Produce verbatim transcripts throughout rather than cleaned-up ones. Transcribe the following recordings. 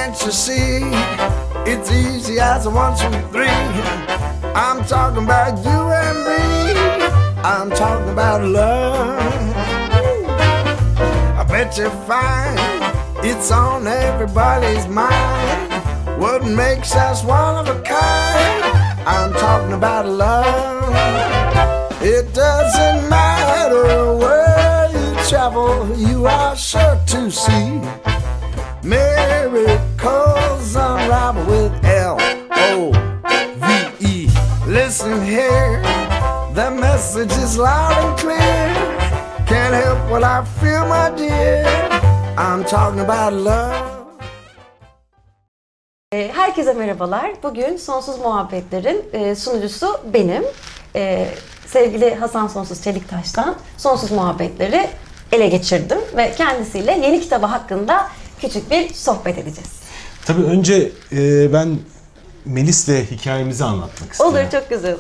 can't you see? It's easy as a one, two, three. I'm talking about you and me. I'm talking about love. I bet you find it's on everybody's mind. What makes us one of a kind? I'm talking about love. It doesn't matter where you travel, you are sure to see miracles unravel with L O V E. Listen here, the message is loud and clear. Can't help what I feel, my dear. I'm talking about love. Herkese merhabalar. Bugün Sonsuz Muhabbetler'in sunucusu benim. Sevgili Hasan Sonsuz Çeliktaş'tan Sonsuz Muhabbetler'i ele geçirdim ve kendisiyle yeni kitabı hakkında küçük bir sohbet edeceğiz. Tabii önce e, ben Melis'le hikayemizi anlatmak istiyorum. Olur, çok güzel.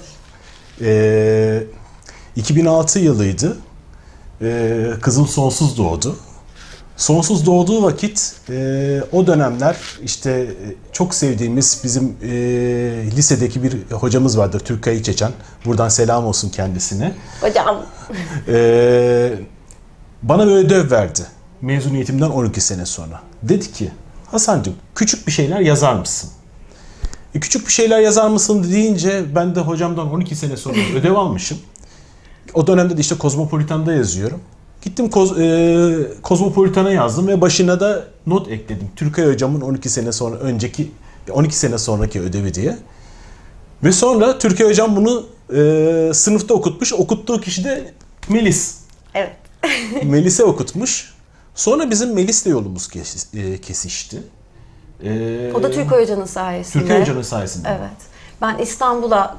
E, iki bin altı yılıydı. E, kızım Sonsuz doğdu. Sonsuz doğduğu vakit e, o dönemler işte çok sevdiğimiz bizim e, lisedeki bir hocamız vardır, Türkay Çeçen. Buradan selam olsun kendisine. Hocam. E, bana bir ödev verdi mezuniyetimden on iki sene sonra. Dedi ki, Hasancığım küçük bir şeyler yazar mısın? E, küçük bir şeyler yazar mısın deyince ben de hocamdan on iki sene sonra ödev almışım. O dönemde de işte Kozmopolitan'da yazıyorum. Gittim Koz, e, Kozmopolitan'a yazdım ve başına da not ekledim. Türkay hocamın on iki sene sonra önceki on iki sene sonraki ödevi diye. Ve sonra Türkay hocam bunu e, sınıfta okutmuş. Okuttuğu kişi de Melis. Evet. Melis'e okutmuş. Sonra bizim Melis'le yolumuz kes, e, kesişti. E, o da Türkay hocanın sayesinde. Türkay hocanın sayesinde. Evet. Ben İstanbul'a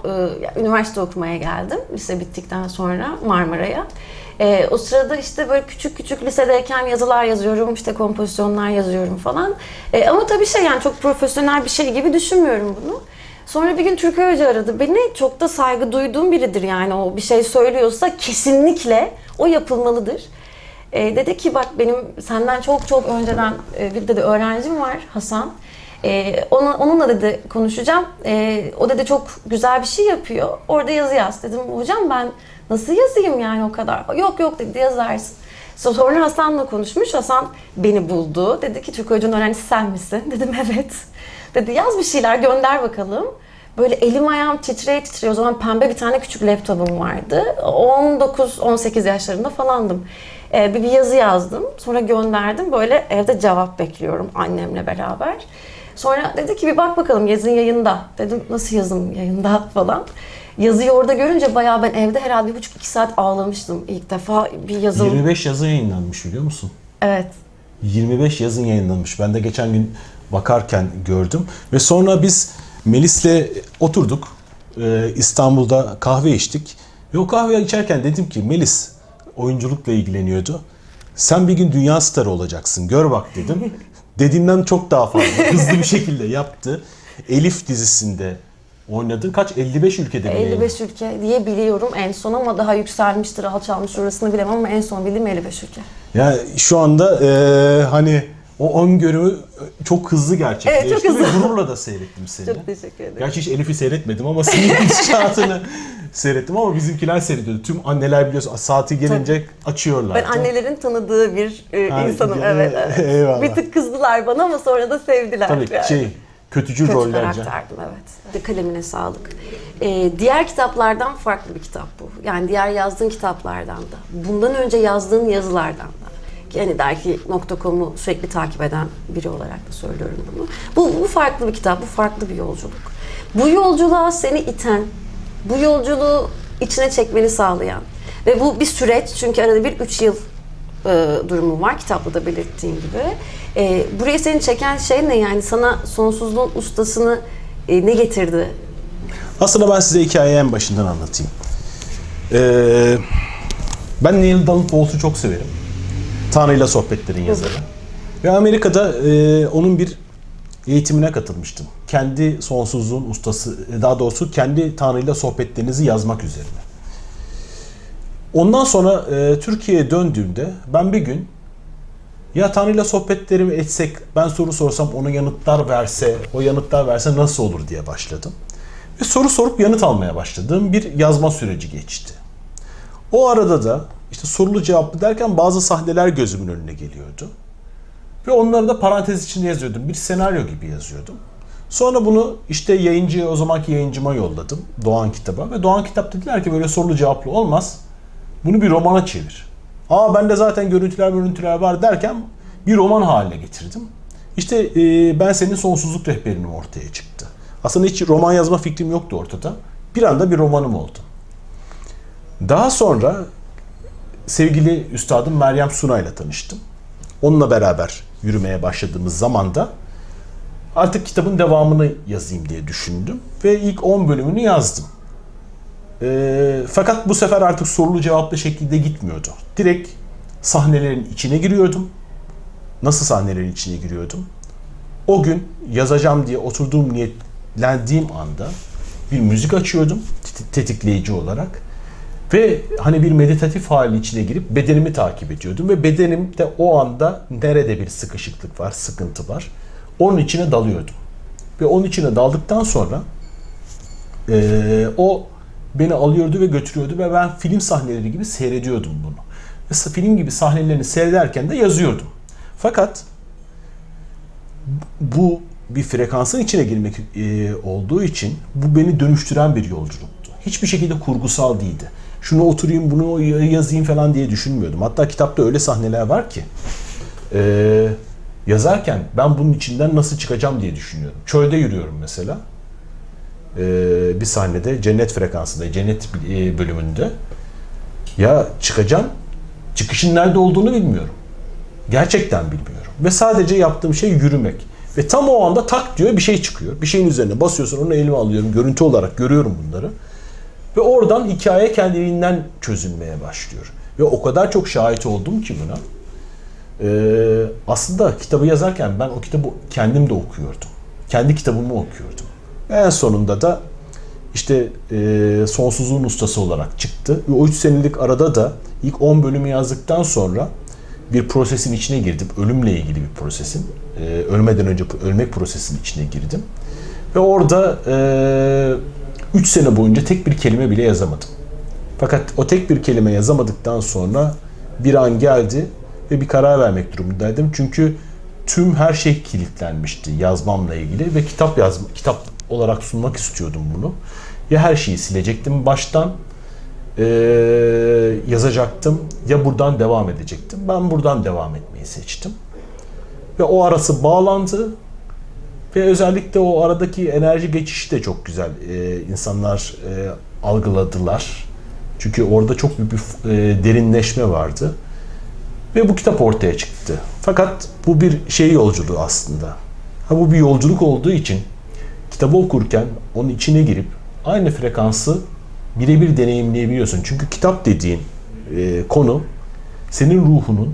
e, üniversite okumaya geldim. Lise bittikten sonra Marmara'ya. E, o sırada işte böyle küçük küçük lisedeyken yazılar yazıyorum, işte kompozisyonlar yazıyorum falan. E, ama tabii şey yani çok profesyonel bir şey gibi düşünmüyorum bunu. Sonra bir gün Türkay Hoca aradı. Beni çok da saygı duyduğum biridir yani, o bir şey söylüyorsa kesinlikle o yapılmalıdır. E, dedi ki bak benim senden çok çok önceden e, bir dedi öğrencim var, Hasan. Ee, ona, onunla dedi konuşacağım. Ee, o dedi çok güzel bir şey yapıyor. Orada yazı yaz. Dedim hocam ben nasıl yazayım yani o kadar? Yok yok dedi, yazarsın. Sonra Hasan'la konuşmuş. Hasan beni buldu. Dedi ki Türkay Hoca'nın öğrencisi sen misin? Dedim evet. Dedi yaz bir şeyler gönder bakalım. Böyle elim ayağım titreye titreye. O zaman pembe bir tane küçük laptopum vardı. on dokuz on sekiz yaşlarında falandım. Ee, bir, bir yazı yazdım. Sonra gönderdim. Böyle evde cevap bekliyorum annemle beraber. Sonra dedi ki bir bak bakalım yazın yayında. Dedim nasıl yazım yayında falan. Yazıyı orada görünce bayağı ben evde herhalde bir buçuk iki saat ağlamıştım ilk defa bir yazım. yirmi beş yazı yayınlanmış biliyor musun? Evet. yirmi beş yazın yayınlanmış. Ben de geçen gün bakarken gördüm. Ve sonra biz Melis'le oturduk. Ee, İstanbul'da kahve içtik. Ve o kahve içerken dedim ki Melis oyunculukla ilgileniyordu. Sen bir gün dünya starı olacaksın. Gör bak dedim. Dediğimden çok daha fazla hızlı bir şekilde yaptı. Elif dizisinde oynadı. Kaç? elli beş ülkede mi? elli beş ülke diye biliyorum en son ama daha yükselmiştir, alçalmış orasını bilemem ama en son bildiğim elli beş ülke. Yani şu anda e, hani o öngörü çok hızlı gerçekleşti. Evet, çok hızlı. Ve gururla da seyrettim seni. Çok teşekkür ederim. Gerçi hiç Elif'i seyretmedim ama senin gidişatını seyrettim ama bizimkiler seyrediyordu. Tüm anneler biliyorsun saati gelince tabii açıyorlar. Ben annelerin tanıdığı bir e, ha, insanım. Evet, evet. Eyvallah. Bir tık kızdılar bana ama sonra da sevdiler. Tabii yani. şey kötücül Kötü rollerce. karakterdim evet. Kalemine sağlık. Ee, diğer kitaplardan farklı bir kitap bu. Yani diğer yazdığın kitaplardan da. Bundan önce yazdığın yazılardan da. Yani dergi nokta com'u sürekli takip eden biri olarak da söylüyorum bunu. Bu, bu farklı bir kitap, bu farklı bir yolculuk. Bu yolculuğa seni iten, bu yolculuğu içine çekmeni sağlayan ve bu bir süreç çünkü arada bir üç yıl e, durumu var kitapta da belirttiğim gibi. E, buraya seni çeken şey ne yani sana sonsuzluğun ustasını e, ne getirdi? Aslında ben size hikayeyi en başından anlatayım. Ee, ben Neil Donald Walsh'u çok severim. Tanrı'yla Sohbetlerin yazarı. Ve Amerika'da e, onun bir eğitimine katılmıştım. Kendi sonsuzluğun ustası, daha doğrusu kendi Tanrı'yla sohbetlerinizi yazmak üzerine. Ondan sonra e, Türkiye'ye döndüğümde ben bir gün Ya Tanrı'yla sohbetlerimi etsek, ben soru sorsam ona yanıtlar verse, o yanıtlar verse nasıl olur diye başladım. Ve soru sorup yanıt almaya başladığım bir yazma süreci geçti. O arada da işte sorulu cevaplı derken bazı sahneler gözümün önüne geliyordu. Ve onları da parantez içinde yazıyordum. Bir senaryo gibi yazıyordum. Sonra bunu işte yayıncıya, o zamanki yayıncıma yolladım. Doğan Kitap'a. Ve Doğan Kitap dediler ki böyle sorulu cevaplı olmaz. Bunu bir romana çevir. Aa bende zaten görüntüler görüntüler var derken bir roman haline getirdim. İşte e, Ben Senin Sonsuzluk Rehberinim ortaya çıktı. Aslında hiç roman yazma fikrim yoktu ortada. Bir anda bir romanım oldu. Daha sonra sevgili üstadım Meryem Sunay'la tanıştım. Onunla beraber yürümeye başladığımız zaman da artık kitabın devamını yazayım diye düşündüm. Ve ilk on bölümünü yazdım. E, fakat bu sefer artık sorulu cevaplı şekilde gitmiyordu. Direkt sahnelerin içine giriyordum. Nasıl sahnelerin içine giriyordum? O gün yazacağım diye oturduğum, niyetlendiğim anda bir müzik açıyordum tetikleyici olarak. Ve hani bir meditatif hali içine girip bedenimi takip ediyordum. Ve bedenimde o anda nerede bir sıkışıklık var, sıkıntı var. Onun içine dalıyordum. Ve onun içine daldıktan sonra e, o beni alıyordu ve götürüyordu. Ve ben film sahneleri gibi seyrediyordum bunu. Ve film gibi sahnelerini seyrederken de yazıyordum. Fakat bu bir frekansın içine girmek e, olduğu için bu beni dönüştüren bir yolculuktu. Hiçbir şekilde kurgusal değildi. Şunu oturayım, bunu yazayım falan diye düşünmüyordum. Hatta kitapta öyle sahneler var ki e, yazarken ben bunun içinden nasıl çıkacağım diye düşünüyorum. Çölde yürüyorum mesela. E, bir sahnede cennet frekansında, cennet e, bölümünde. Ya çıkacağım, çıkışın nerede olduğunu bilmiyorum. Gerçekten bilmiyorum. Ve sadece yaptığım şey yürümek. Ve tam o anda tak diyor bir şey çıkıyor. Bir şeyin üzerine basıyorsun, onu elime alıyorum. Görüntü olarak görüyorum bunları. Ve oradan hikaye kendiliğinden çözülmeye başlıyor. Ve o kadar çok şahit oldum ki buna. Ee, aslında kitabı yazarken ben o kitabı kendim de okuyordum. Kendi kitabımı okuyordum. Ve en sonunda da işte e, Sonsuzluğun Ustası olarak çıktı. Ve o üç senelik arada da ilk on bölümü yazdıktan sonra bir prosesin içine girdim. Ölümle ilgili bir prosesin. Ee, ölmeden önce ölmek prosesinin içine girdim. Ve orada üç e, sene boyunca tek bir kelime bile yazamadım. Fakat o tek bir kelime yazamadıktan sonra bir an geldi ve bir karar vermek durumundaydım. Çünkü tüm her şey kilitlenmişti yazmamla ilgili ve kitap yazma, kitap olarak sunmak istiyordum bunu. Ya her şeyi silecektim baştan, Ee, yazacaktım ya buradan devam edecektim. Ben buradan devam etmeyi seçtim. Ve o arası bağlandı. Ve özellikle o aradaki enerji geçişi de çok güzel. Ee, insanlar e, algıladılar. Çünkü orada çok büyük bir e, derinleşme vardı. Ve bu kitap ortaya çıktı. Fakat bu bir şey yolculuğu aslında. Ha, bu bir yolculuk olduğu için kitabı okurken onun içine girip aynı frekansı birebir deneyimleyebiliyorsun. Çünkü kitap dediğin e, konu senin ruhunun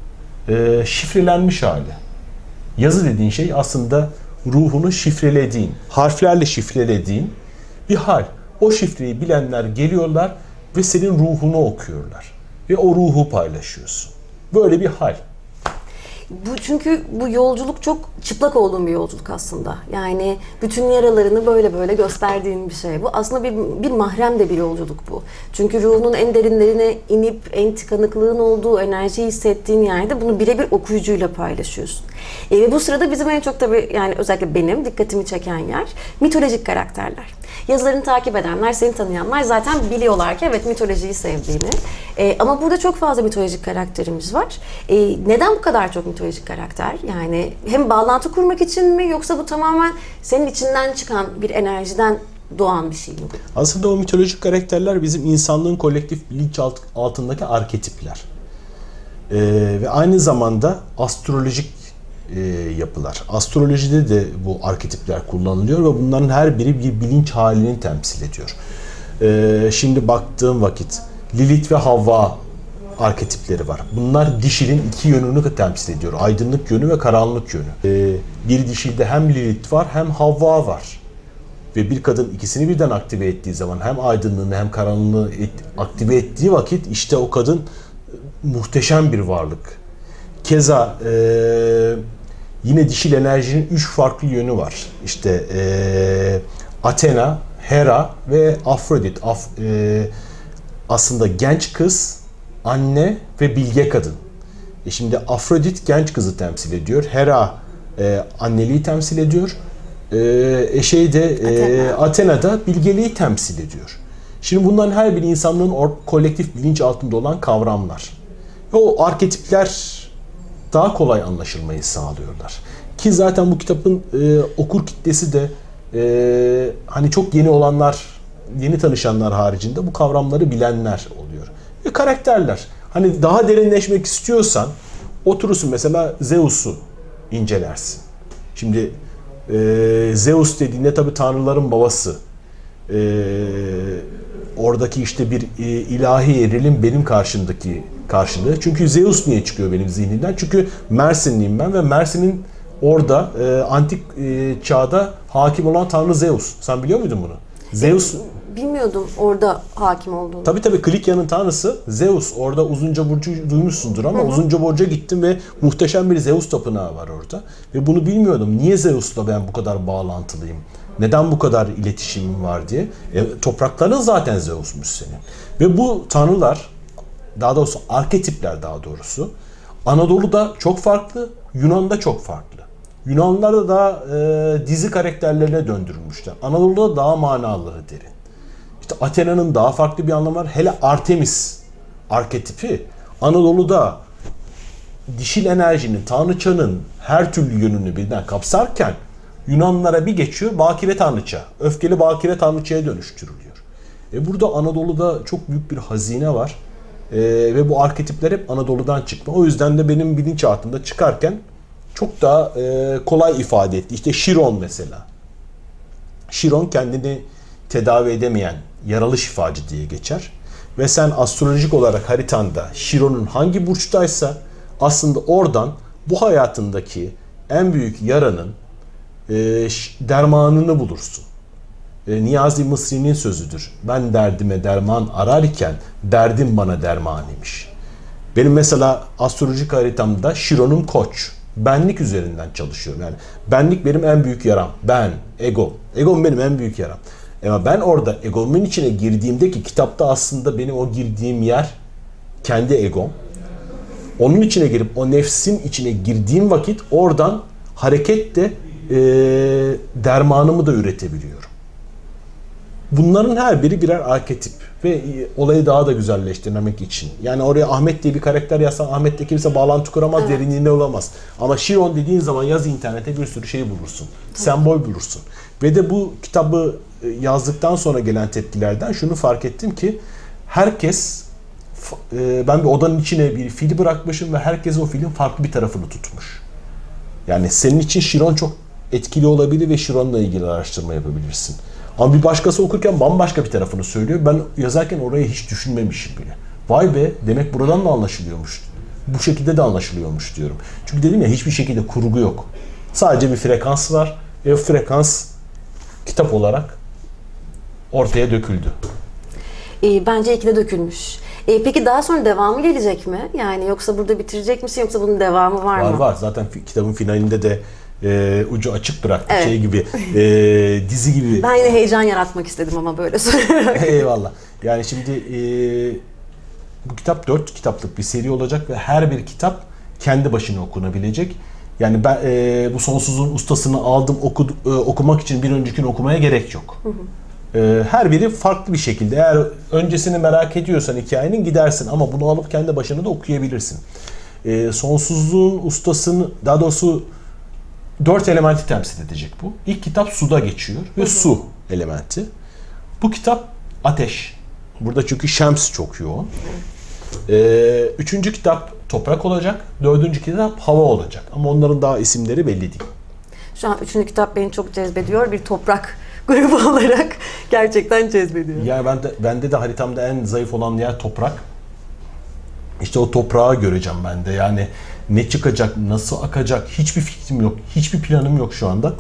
e, şifrelenmiş hali. Yazı dediğin şey aslında ruhunu şifrelediğin, harflerle şifrelediğin bir hal. O şifreyi bilenler geliyorlar ve senin ruhunu okuyorlar. Ve o ruhu paylaşıyorsun. Böyle bir hal. Bu çünkü bu yolculuk çok çıplak olduğun bir yolculuk aslında. Yani bütün yaralarını böyle böyle gösterdiğin bir şey bu. Aslında bir, bir mahrem de bir yolculuk bu. Çünkü ruhunun en derinlerine inip en tıkanıklığın olduğu enerjiyi hissettiğin yerde bunu birebir okuyucuyla paylaşıyorsun. E, ve bu sırada bizim en çok tabii yani özellikle benim dikkatimi çeken yer mitolojik karakterler. Yazılarını takip edenler, seni tanıyanlar zaten biliyorlar ki evet mitolojiyi sevdiğini. E, ama burada çok fazla mitolojik karakterimiz var. E, neden bu kadar çok mitolojik karakter? Yani hem bağlantı kurmak için mi yoksa bu tamamen senin içinden çıkan bir enerjiden doğan bir şey mi? Aslında o mitolojik karakterler bizim insanlığın kolektif bilinç altındaki arketipler. E, ve aynı zamanda astrolojik E, yapılar. Astrolojide de bu arketipler kullanılıyor ve bunların her biri bir bilinç halini temsil ediyor. E, şimdi baktığım vakit Lilith ve Havva arketipleri var. Bunlar dişilin iki yönünü temsil ediyor. Aydınlık yönü ve karanlık yönü. E, bir dişilde hem Lilith var hem Havva var. Ve bir kadın ikisini birden aktive ettiği zaman hem aydınlığını hem karanlığı et, aktive ettiği vakit işte o kadın muhteşem bir varlık. keza e, yine dişil enerjinin üç farklı yönü var. İşte e, Athena, Hera ve Afrodit. Af, e, aslında genç kız, anne ve bilge kadın. E şimdi Afrodit genç kızı temsil ediyor. Hera e, anneliği temsil ediyor. E, şey de e, Athena. Athena da bilgeliği temsil ediyor. Şimdi bunların her biri insanlığın or- kolektif bilinç altında olan kavramlar. Ve o arketipler daha kolay anlaşılmayı sağlıyorlar. Ki zaten bu kitabın e, okur kitlesi de e, hani çok yeni olanlar, yeni tanışanlar haricinde bu kavramları bilenler oluyor. Ve karakterler. Hani daha derinleşmek istiyorsan oturursun mesela Zeus'u incelersin. Şimdi e, Zeus dediğinde tabii tanrıların babası. E, oradaki işte bir e, ilahi erilin benim karşımdaki karşılığı. Çünkü Zeus niye çıkıyor benim zihnimden? Çünkü Mersinliyim ben ve Mersin'in orada e, antik e, çağda hakim olan tanrı Zeus. Sen biliyor muydun bunu? Zeus... Bilmiyordum orada hakim olduğunu. Tabii tabii Klikya'nın tanrısı Zeus. Orada Uzunca Burcu duymuşsundur ama hı hı. Uzunca Burcu'ya gittim ve muhteşem bir Zeus tapınağı var orada. Ve bunu bilmiyordum. Niye Zeus'la ben bu kadar bağlantılıyım? Neden bu kadar iletişimim var diye. E, toprakların zaten Zeus'muş senin. Ve bu tanrılar, daha doğrusu arketipler daha doğrusu, Anadolu'da çok farklı, Yunan'da çok farklı. Yunanlılar da daha e, dizi karakterlerine döndürülmüşler. Anadolu'da daha manalı derin. İşte Athena'nın daha farklı bir anlamı var. Hele Artemis arketipi Anadolu'da dişil enerjinin, tanrıçanın her türlü yönünü birden kapsarken Yunanlılara bir geçiyor bakire tanrıça. Öfkeli bakire tanrıçaya dönüştürülüyor. E burada Anadolu'da çok büyük bir hazine var. E, ve bu arketipler hep Anadolu'dan çıkma. O yüzden de benim bilinçaltımda çıkarken çok daha e, kolay ifade etti. İşte Şiron mesela. Şiron kendini tedavi edemeyen yaralı şifacı diye geçer. Ve sen astrolojik olarak haritanda Şiron'un hangi burçtaysa aslında oradan bu hayatındaki en büyük yaranın e, dermanını bulursun. E, Niyazi Mısri'nin sözüdür. Ben derdime derman ararken derdim bana derman imiş. Benim mesela astrolojik haritamda Şiron'um Koç. Benlik üzerinden çalışıyorum. Yani benlik benim en büyük yaram. Ben, ego. Egom benim en büyük yaram. Ama ben orada egomun içine girdiğimde ki kitapta aslında benim o girdiğim yer kendi egom. Onun içine girip o nefsin içine girdiğim vakit oradan hareketle e, dermanımı da üretebiliyorum. Bunların her biri birer arketip ve olayı daha da güzelleştirmek için. Yani oraya Ahmet diye bir karakter yazsan Ahmet'le kimse bağlantı kuramaz, evet. Derinliğine olamaz. Ama Şiron dediğin zaman yaz internete bir sürü şey bulursun. Evet. Sembol bulursun. Ve de bu kitabı yazdıktan sonra gelen tepkilerden şunu fark ettim ki herkes, ben bir odanın içine bir fili bırakmışım ve herkes o filin farklı bir tarafını tutmuş. Yani senin için Şiron çok etkili olabilir ve Şiron'la ilgili araştırma yapabilirsin. Ama bir başkası okurken bambaşka bir tarafını söylüyor. Ben yazarken orayı hiç düşünmemişim bile. Vay be, demek buradan da anlaşılıyormuş. Bu şekilde de anlaşılıyormuş diyorum. Çünkü dedim ya hiçbir şekilde kurgu yok. Sadece bir frekans var ve o frekans kitap olarak ortaya döküldü. E, bence ikide dökülmüş. E, peki daha sonra devamı gelecek mi? Yani yoksa burada bitirecek misin yoksa bunun devamı var, var mı? Var var. Zaten kitabın finalinde de e, ucu açık bıraktı. Evet. Şey gibi, e, dizi gibi. Ben yine heyecan yaratmak istedim ama böyle sorarak. Eyvallah. Yani şimdi e, bu kitap dört kitaplık bir seri olacak ve her bir kitap kendi başına okunabilecek. Yani ben e, bu Sonsuzluğun Ustasını aldım oku, e, okumak için bir öncekini okumaya gerek yok. Hı hı. E, her biri farklı bir şekilde. Eğer öncesini merak ediyorsan hikayenin gidersin ama bunu alıp kendi başına da okuyabilirsin. E, Sonsuzluğun Ustasını, daha doğrusu dört elementi temsil edecek bu. İlk kitap suda geçiyor ve hı hı. su elementi. Bu kitap ateş. Burada çünkü Şems çok yoğun. Ee, üçüncü kitap toprak olacak. Dördüncü kitap hava olacak. Ama onların daha isimleri belli değil. Şu an üçüncü kitap beni çok cezbediyor. Bir toprak grubu olarak gerçekten cezbediyor. Yani ben de, bende de haritamda en zayıf olan yer toprak. İşte o toprağı göreceğim ben de. Yani ne çıkacak, nasıl akacak hiçbir fikrim yok. Hiçbir planım yok şu anda.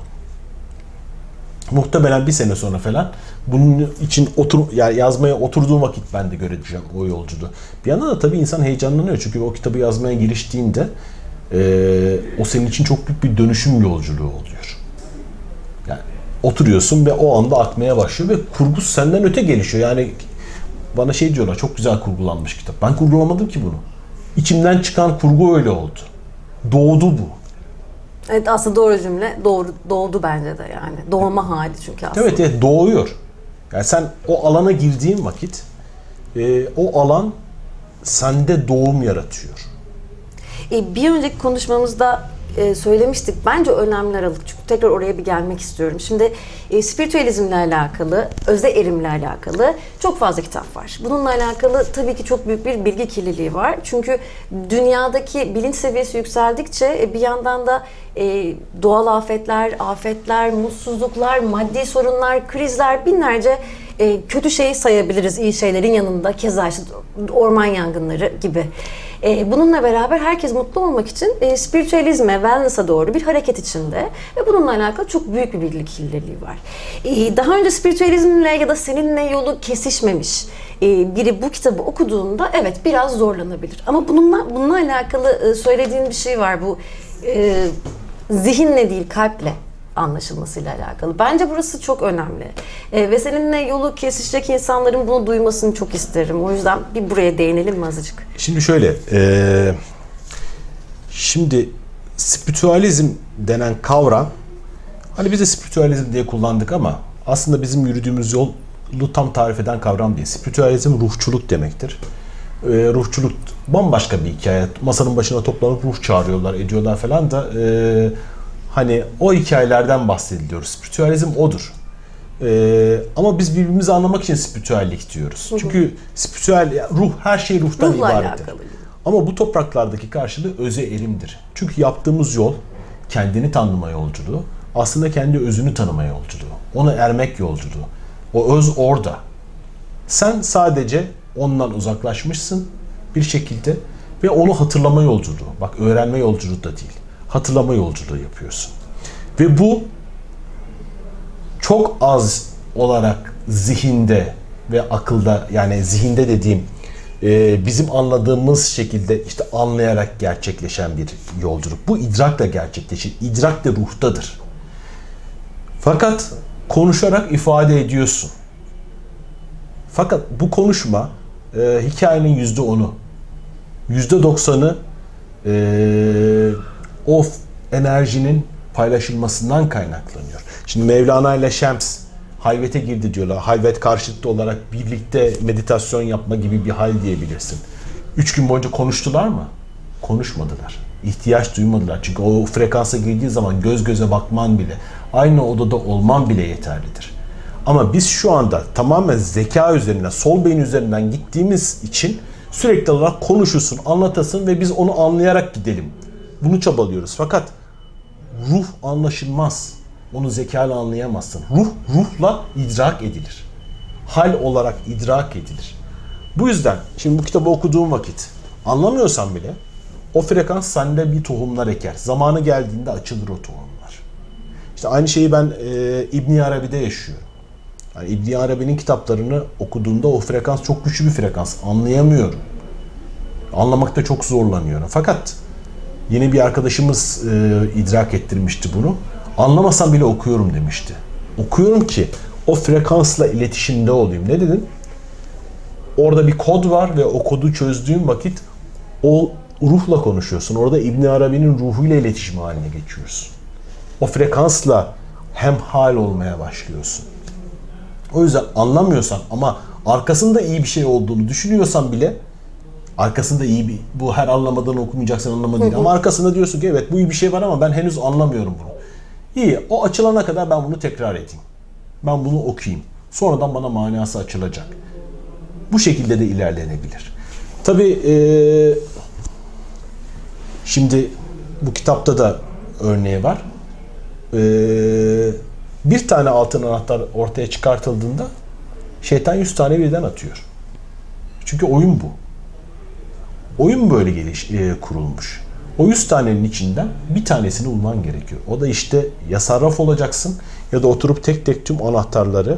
Muhtemelen bir sene sonra falan bunun için otur, yani yazmaya oturduğum vakit ben de göreceğim o yolculuğu. Bir yandan da tabii insan heyecanlanıyor çünkü o kitabı yazmaya giriştiğinde Ee, o senin için çok büyük bir dönüşüm yolculuğu oluyor. Yani oturuyorsun ve o anda akmaya başlıyor ve kurgu senden öte gelişiyor. Yani bana şey diyorlar, çok güzel kurgulanmış kitap. Ben kurgulamadım ki bunu. İçimden çıkan kurgu öyle oldu. Doğdu bu. Evet, aslında doğru cümle. Doğru, doğdu bence de yani. Doğma hali çünkü aslında. Evet, evet, doğuyor. Yani sen o alana girdiğin vakit e, o alan sende doğum yaratıyor. E, bir önceki konuşmamızda e, söylemiştik. Bence önemli aralık. Çünkü tekrar oraya bir gelmek istiyorum. Şimdi e, spiritüalizmle alakalı, özde erimle alakalı çok fazla kitap var. Bununla alakalı tabii ki çok büyük bir bilgi kirliliği var. Çünkü dünyadaki bilinç seviyesi yükseldikçe e, bir yandan da e, doğal afetler, afetler, mutsuzluklar, maddi sorunlar, krizler, binlerce e, kötü şeyi sayabiliriz iyi şeylerin yanında. Keza işte orman yangınları gibi. E, bununla beraber herkes mutlu olmak için e, spiritüalizme, wellness'a doğru bir hareket içinde ve bununla alakalı çok büyük bir bilgi kirliliği var. E, daha önce spiritüalizmle ya da seninle yolu kesişmemiş e, biri bu kitabı okuduğunda evet biraz zorlanabilir. Ama bununla bununla alakalı e, söylediğin bir şey var, bu e, zihinle değil kalple anlaşılmasıyla alakalı. Bence burası çok önemli. E, ve seninle yolu kesişecek insanların bunu duymasını çok isterim. O yüzden bir buraya değinelim mi azıcık? Şimdi şöyle, e, şimdi spiritüalizm denen kavram, hani biz de spiritüalizm diye kullandık ama aslında bizim yürüdüğümüz yolu tam tarif eden kavram değil. Spiritüalizm ruhçuluk demektir. E, ruhçuluk bambaşka bir hikaye. Masanın başına toplanıp ruh çağırıyorlar, ediyorlar falan da e, hani o hikayelerden bahsediliyoruz. Spiritüalizm odur. Ee, ama biz birbirimizi anlamak için spiritüellik diyoruz. Hı hı. Çünkü spiritüel, ruh, her şey ruhtan Ruhla ibarettir. Alakalı. Ama bu topraklardaki karşılığı öze erimdir. Çünkü yaptığımız yol, kendini tanıma yolculuğu, aslında kendi özünü tanıma yolculuğu. Ona ermek yolculuğu. O öz orada. Sen sadece ondan uzaklaşmışsın bir şekilde ve onu hatırlama yolculuğu. Bak, öğrenme yolculuğu da değil. Hatırlama yolculuğu yapıyorsun. Ve bu çok az olarak zihinde ve akılda, yani zihinde dediğim e, bizim anladığımız şekilde işte anlayarak gerçekleşen bir yolculuk. Bu idrakla gerçekleşir. İdrak de ruhtadır. Fakat konuşarak ifade ediyorsun. Fakat bu konuşma e, hikayenin yüzde onu. Yüzde doksanı e, o enerjinin paylaşılmasından kaynaklanıyor. Şimdi Mevlana ile Şems halvete girdi diyorlar. Halvet karşıtı olarak birlikte meditasyon yapma gibi bir hal diyebilirsin. Üç gün boyunca konuştular mı? Konuşmadılar. İhtiyaç duymadılar. Çünkü o frekansa girdiği zaman göz göze bakman bile, aynı odada olman bile yeterlidir. Ama biz şu anda tamamen zeka üzerinden, sol beyin üzerinden gittiğimiz için sürekli olarak konuşursun, anlatasın ve biz onu anlayarak gidelim. Bunu çabalıyoruz. Fakat ruh anlaşılmaz. Onu zekayla anlayamazsın. Ruh, ruhla idrak edilir. Hal olarak idrak edilir. Bu yüzden şimdi bu kitabı okuduğum vakit anlamıyorsan bile o frekans sende bir tohumlar eker. Zamanı geldiğinde açılır o tohumlar. İşte aynı şeyi ben e, İbn Arabi'de yaşıyorum. Yani İbn Arabi'nin kitaplarını okuduğumda o frekans çok güçlü bir frekans. Anlayamıyorum. Anlamakta çok zorlanıyorum. Fakat yeni bir arkadaşımız e, idrak ettirmişti bunu. Anlamasam bile okuyorum demişti. Okuyorum ki o frekansla iletişimde olayım. Ne dedin? Orada bir kod var ve o kodu çözdüğün vakit o ruhla konuşuyorsun. Orada İbn Arabi'nin ruhuyla iletişim haline geçiyorsun. O frekansla hemhal olmaya başlıyorsun. O yüzden anlamıyorsan ama arkasında iyi bir şey olduğunu düşünüyorsan bile, arkasında iyi bir, bu her anlamadığını okumayacaksın anlama değil. Ama arkasında diyorsun ki evet bu iyi bir şey var ama ben henüz anlamıyorum bunu. İyi, o açılana kadar ben bunu tekrar edeyim. Ben bunu okuyayım. Sonradan bana manası açılacak. Bu şekilde de ilerlenebilir. Tabii ee, şimdi bu kitapta da örneği var. Ee, bir tane altın anahtar ortaya çıkartıldığında şeytan yüz tane birden atıyor. Çünkü oyun bu. Oyun böyle geliş, e, kurulmuş. O yüz tanenin içinden bir tanesini bulman gerekiyor. O da işte ya sarraf olacaksın ya da oturup tek tek tüm anahtarları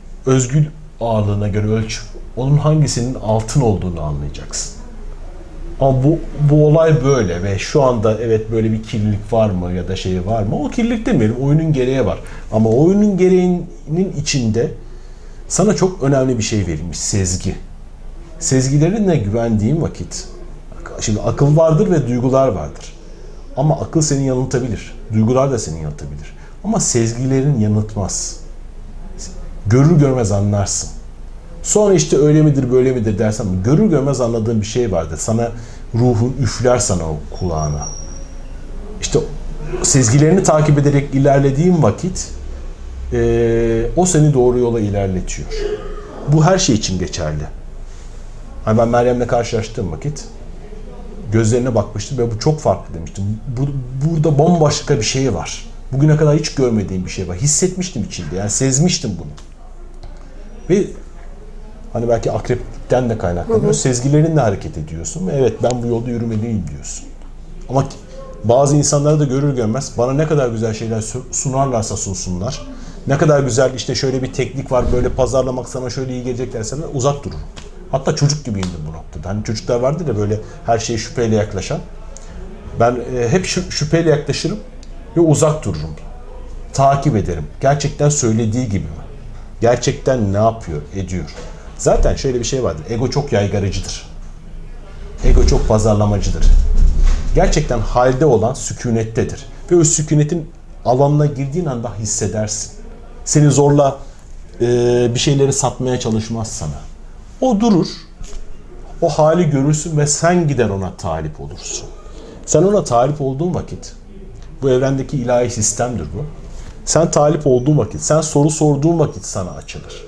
özgül ağırlığına göre ölçüp onun hangisinin altın olduğunu anlayacaksın. Ama bu, bu olay böyle ve şu anda evet böyle bir kirlilik var mı ya da şey var mı? O kirlilik demeyelim, oyunun gereği var. Ama oyunun gereğinin içinde sana çok önemli bir şey verilmiş, sezgi. Sezgilerine güvendiğin vakit, şimdi akıl vardır ve duygular vardır. Ama akıl seni yanıltabilir, duygular da seni yanıltabilir. Ama sezgilerin yanıltmaz. Görür görmez anlarsın. Sonra işte öyle midir böyle midir dersen, görür görmez anladığın bir şey vardır. Sana ruhun üfler sana o kulağına. İşte sezgilerini takip ederek ilerlediğin vakit e, o seni doğru yola ilerletiyor. Bu her şey için geçerli. Hani ben Meryem'le karşılaştığım vakit gözlerine bakmıştım ve bu çok farklı demiştim. Bur- burada bambaşka bir şey var. Bugüne kadar hiç görmediğim bir şey var. Hissetmiştim içinde. Yani sezmiştim bunu. Ve hani belki akreplikten de kaynaklanıyor. Hı hı. Sezgilerinle hareket ediyorsun. Evet ben bu yolda yürümeliyim diyorsun. Ama bazı insanları da görür görmez bana ne kadar güzel şeyler sunarlarsa sunsunlar. Ne kadar güzel işte şöyle bir teknik var, böyle pazarlamak sana şöyle iyi gelecek dersen uzak dururum. Hatta çocuk gibiyimdir bu noktada. Hani çocuklar vardır ya böyle her şeye şüpheyle yaklaşan. Ben e, hep şüpheyle yaklaşırım ve uzak dururum. Takip ederim. Gerçekten söylediği gibi mi? Gerçekten ne yapıyor, ediyor? Zaten şöyle bir şey vardır. Ego çok yaygarıcıdır. Ego çok pazarlamacıdır. Gerçekten halde olan sükunettedir. Ve o sükunetin alanına girdiğin anda hissedersin. Seni zorla e, bir şeyleri satmaya çalışmaz sana. O durur, o hali görürsün ve sen gider ona talip olursun. Sen ona talip olduğun vakit, bu evrendeki ilahi sistemdir bu. Sen talip olduğun vakit, sen soru sorduğun vakit sana açılır.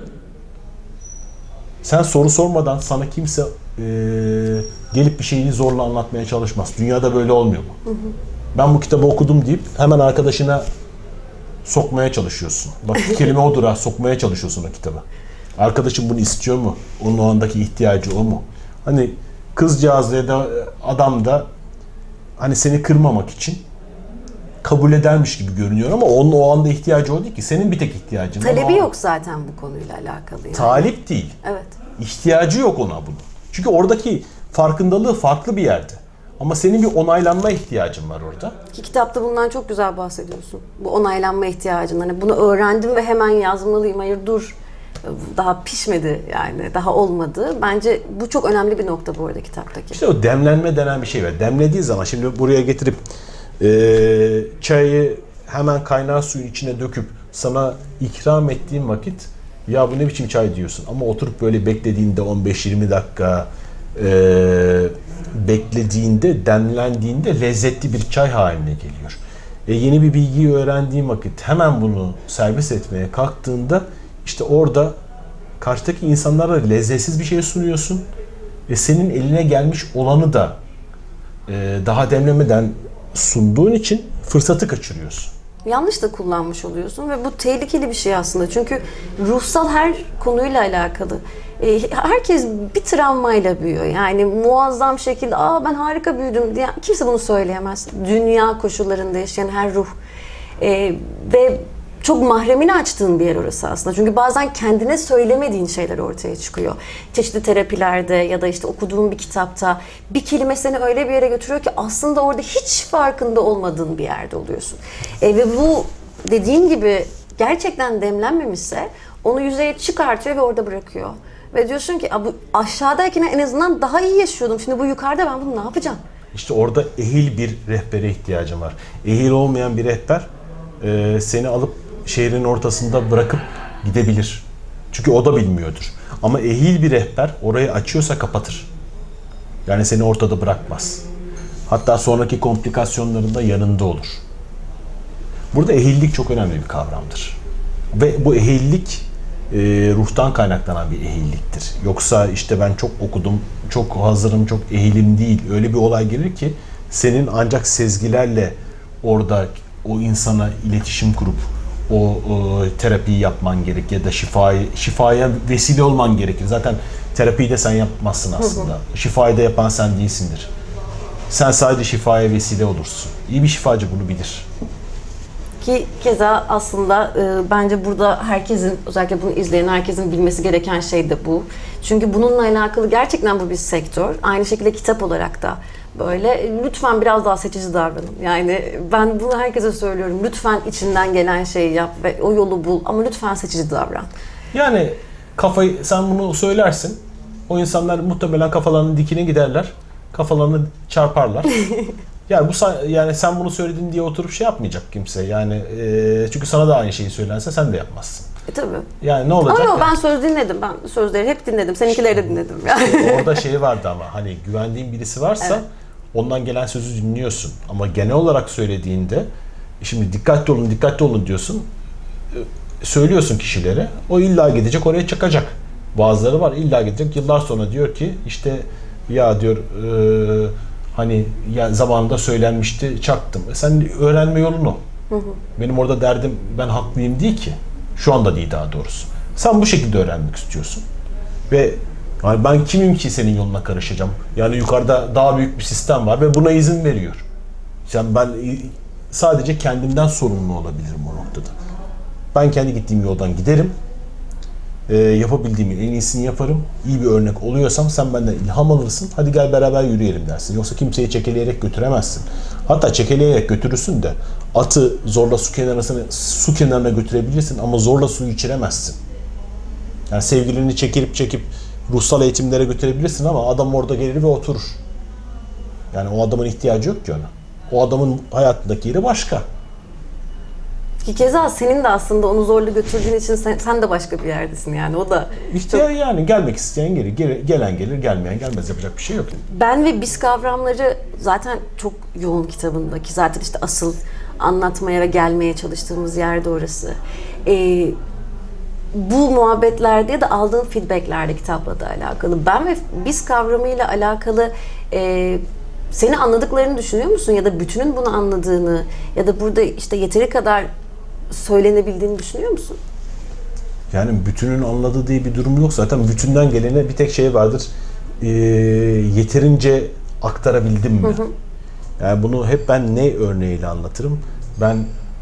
Sen soru sormadan sana kimse e, gelip bir şeyini zorla anlatmaya çalışmaz. Dünyada böyle olmuyor mu? Hı hı. Ben bu kitabı okudum deyip hemen arkadaşına sokmaya çalışıyorsun. Bak kelime odur ha, sokmaya çalışıyorsun o kitabı. Arkadaşım bunu istiyor mu? Onun o andaki ihtiyacı o mu? Hani kızcağız ya da adam da hani seni kırmamak için kabul edermiş gibi görünüyor ama onun o anda ihtiyacı o değil ki. Senin bir tek ihtiyacın. Talebi yok zaten bu konuyla alakalı. Yani. Talip değil. Evet. İhtiyacı yok ona bunu. Çünkü oradaki farkındalığı farklı bir yerde. Ama senin bir onaylanma ihtiyacın var orada. Ki kitapta bundan çok güzel bahsediyorsun. Bu onaylanma ihtiyacın. Hani bunu öğrendim ve hemen yazmalıyım. Hayır dur. Daha pişmedi yani. Daha olmadı. Bence bu çok önemli bir nokta bu arada kitaptaki. İşte o demlenme denen bir şey var. Demlediği zaman şimdi buraya getirip e, çayı hemen kaynar suyun içine döküp sana ikram ettiğim vakit ya bu ne biçim çay diyorsun. Ama oturup böyle beklediğinde on beş yirmi dakika e, beklediğinde, demlendiğinde lezzetli bir çay haline geliyor. E, yeni bir bilgiyi öğrendiğin vakit hemen bunu servis etmeye kalktığında işte orada karşıdaki insanlara lezzetsiz bir şey sunuyorsun ve senin eline gelmiş olanı da e, daha demlemeden sunduğun için fırsatı kaçırıyorsun. Yanlış da kullanmış oluyorsun ve bu tehlikeli bir şey aslında. Çünkü ruhsal her konuyla alakalı. E, herkes bir travmayla büyüyor. Yani muazzam şekilde aa ben harika büyüdüm diye kimse bunu söyleyemez. Dünya koşullarında yaşayan her ruh. E, ve çok mahremini açtığın bir yer orası aslında. Çünkü bazen kendine söylemediğin şeyler ortaya çıkıyor. Çeşitli terapilerde ya da işte okuduğun bir kitapta bir kelime seni öyle bir yere götürüyor ki aslında orada hiç farkında olmadığın bir yerde oluyorsun. E ve bu dediğin gibi gerçekten demlenmemişse onu yüzeye çıkartıyor ve orada bırakıyor. Ve diyorsun ki bu aşağıdayken en azından daha iyi yaşıyordum. Şimdi bu yukarıda ben bunu ne yapacağım? İşte orada ehil bir rehbere ihtiyacım var. Ehil olmayan bir rehber e, seni alıp şehrin ortasında bırakıp gidebilir. Çünkü o da bilmiyordur. Ama ehil bir rehber orayı açıyorsa kapatır. Yani seni ortada bırakmaz. Hatta sonraki komplikasyonlarında yanında olur. Burada ehillik çok önemli bir kavramdır. Ve bu ehillik e, ruhtan kaynaklanan bir ehilliktir. Yoksa işte ben çok okudum, çok hazırım, çok ehilim değil. Öyle bir olay gelir ki senin ancak sezgilerle orada o insana iletişim kurup o, o terapiyi yapman gerek ya da şifayı, şifaya vesile olman gerekir. Zaten terapiyi de sen yapmazsın aslında. Hı hı. Şifayı da yapan sen değilsindir. Sen sadece şifaya vesile olursun. İyi bir şifacı bunu bilir. Ki keza aslında e, bence burada herkesin, özellikle bunu izleyen herkesin bilmesi gereken şey de bu. Çünkü bununla alakalı gerçekten bu bir sektör. Aynı şekilde kitap olarak da böyle. Lütfen biraz daha seçici davranın. Yani ben bunu herkese söylüyorum. Lütfen içinden gelen şeyi yap ve o yolu bul ama lütfen seçici davran. Yani kafayı, sen bunu söylersin. O insanlar muhtemelen kafalarının dikine giderler. Kafalarını çarparlar. Yani bu yani sen bunu söyledin diye oturup şey yapmayacak kimse. Yani e, çünkü sana da aynı şeyi söylense sen de yapmazsın. E tabii. Yani ne olacak? Ama yok, yani? Ben söz dinledim. Ben sözleri hep dinledim. Seninkileri de dinledim. Yani. Orada şey vardı ama hani güvendiğin birisi varsa evet. Ondan gelen sözü dinliyorsun. Ama genel olarak söylediğinde şimdi dikkatli olun, dikkatli olun diyorsun. Söylüyorsun kişilere. O illa gidecek oraya çıkacak. Bazıları var illa gidecek. Yıllar sonra diyor ki işte ya diyor e, hani ya zamanında söylenmişti, çaktım. E sen öğrenme yolunu. Hı hı. Benim orada derdim ben haklıyım değil ki. Şu anda değil daha doğrusu. Sen bu şekilde öğrenmek istiyorsun. Ve yani ben kimim ki senin yoluna karışacağım? Yani yukarıda daha büyük bir sistem var ve buna izin veriyor. Yani ben sadece kendimden sorumlu olabilirim o noktada. Ben kendi gittiğim yoldan giderim. E, yapabildiğimin en iyisini yaparım. İyi bir örnek oluyorsam sen benden ilham alırsın. Hadi gel beraber yürüyelim dersin. Yoksa kimseyi çekeleyerek götüremezsin. Hatta çekeleyerek götürürsün de atı zorla su kenarına, su kenarına götürebilirsin ama zorla suyu içiremezsin. Yani sevgilini çekip çekip ruhsal eğitimlere götürebilirsin ama adam orada gelir ve oturur. Yani o adamın ihtiyacı yok ki ona. O adamın hayatındaki yeri başka. Ki keza senin de aslında onu zorla götürdüğün için sen, sen de başka bir yerdesin yani o da. İşte çok... yani gelmek isteyen gelir, gelen gelir, gelmeyen gelmez, yapacak bir şey yok. Ben ve biz kavramları zaten çok yoğun kitabındaki zaten işte asıl anlatmaya ve gelmeye çalıştığımız yerde orası. Ee, bu muhabbetlerde de aldığım feedbacklerde kitapla da alakalı. Ben ve biz kavramıyla alakalı e, seni anladıklarını düşünüyor musun? Ya da bütünün bunu anladığını ya da burada işte yeteri kadar söylenebildiğini düşünüyor musun? Yani bütünün anladığı diye bir durum yok. Zaten bütünden gelene bir tek şey vardır. E, yeterince aktarabildim mi? Hı hı. Yani bunu hep ben ney örneğiyle anlatırım. Ben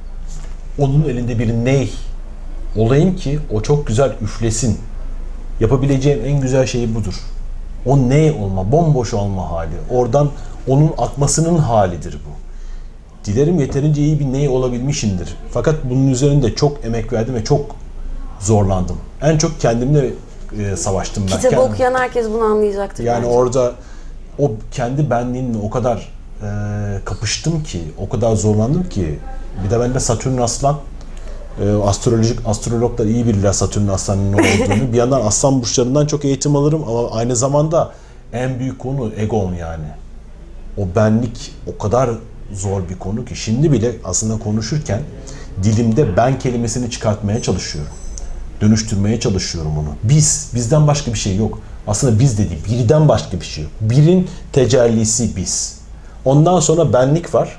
onun elinde bir ney olayım ki o çok güzel üflesin. Yapabileceğim en güzel şey budur. O ney olma, bomboş olma hali. Oradan onun akmasının halidir bu. Dilerim yeterince iyi bir ney olabilmişimdir. Fakat bunun üzerinde çok emek verdim ve çok zorlandım. En çok kendimle e, savaştım ben. Kitabı okuyan herkes bunu anlayacaktır. Yani bence. Orada o kendi benliğimle o kadar e, kapıştım ki, o kadar zorlandım ki. Bir de bende Satürn Aslan. E, astrolojik astrologlar iyi bilirler Satürn Aslan'ın ne olduğunu. Bir yandan Aslan burçlarından çok eğitim alırım ama aynı zamanda en büyük konu egom yani. O benlik o kadar zor bir konu ki şimdi bile aslında konuşurken dilimde ben kelimesini çıkartmaya çalışıyorum. Dönüştürmeye çalışıyorum onu. Biz, bizden başka bir şey yok. Aslında biz de değil, birden başka bir şey yok. Birin tecellisi biz. Ondan sonra benlik var.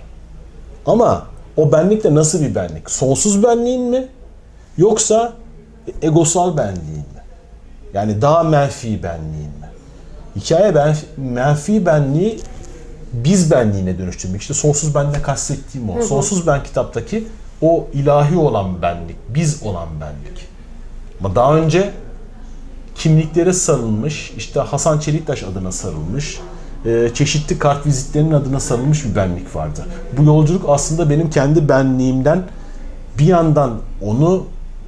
Ama o benlik de nasıl bir benlik? Sonsuz benliğin mi? Yoksa egosal benliğin mi? Yani daha menfi benliğin mi? Hikaye ben, menfi benliği biz benliğine dönüştürmek. İşte sonsuz bende kastettiğim o. Hı hı. Sonsuz ben kitaptaki o ilahi olan benlik, biz olan benlik. Ama daha önce kimliklere sarılmış, işte Hasan Çeliktaş adına sarılmış, çeşitli kart vizitlerinin adına sarılmış bir benlik vardı. Bu yolculuk aslında benim kendi benliğimden bir yandan onu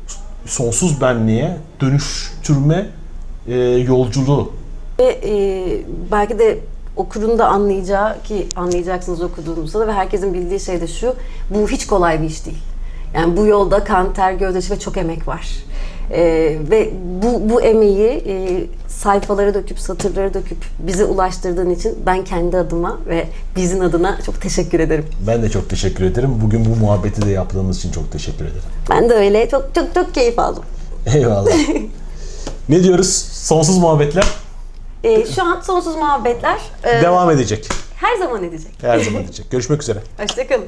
sonsuz benliğe dönüştürme yolculuğu. Ve e, belki de okurun da anlayacağı ki anlayacaksınız okuduğunuzda da ve herkesin bildiği şey de şu, bu hiç kolay bir iş değil. Yani bu yolda kan, ter, gözyaşı ve çok emek var. Ee, ve bu, bu emeği e, sayfalara döküp, satırlara döküp bize ulaştırdığın için ben kendi adıma ve bizim adına çok teşekkür ederim. Ben de çok teşekkür ederim. Bugün bu muhabbeti de yaptığımız için çok teşekkür ederim. Ben de öyle. Çok çok çok keyif aldım. Eyvallah. Ne diyoruz? Sonsuz muhabbetler? Ee, şu an sonsuz muhabbetler e, devam edecek. Her zaman edecek. Her zaman edecek. Görüşmek üzere. Hoşçakalın.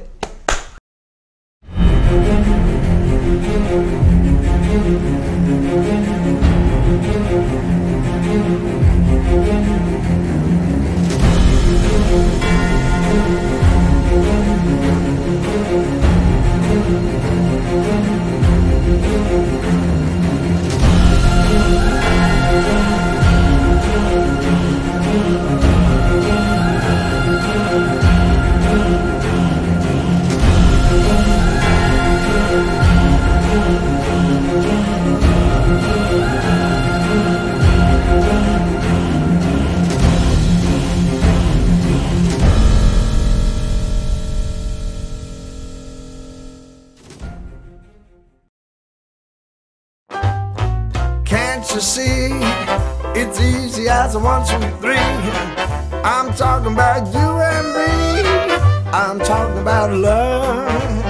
Thank you. Can't you see? It's easy as a one, two, three. I'm talking about you and me. I'm talking about love.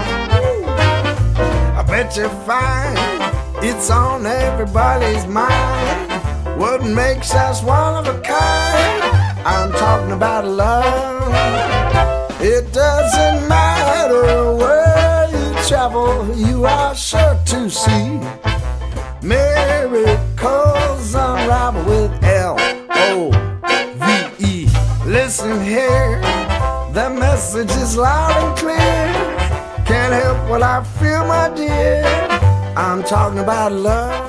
I bet you find it's on everybody's mind. What makes us one of a kind? I'm talking about love. It doesn't matter where you travel, you are sure to see miracles unravel with L O V E. Listen here, the message is loud and clear. Can't help what I feel, my dear. I'm talking about love.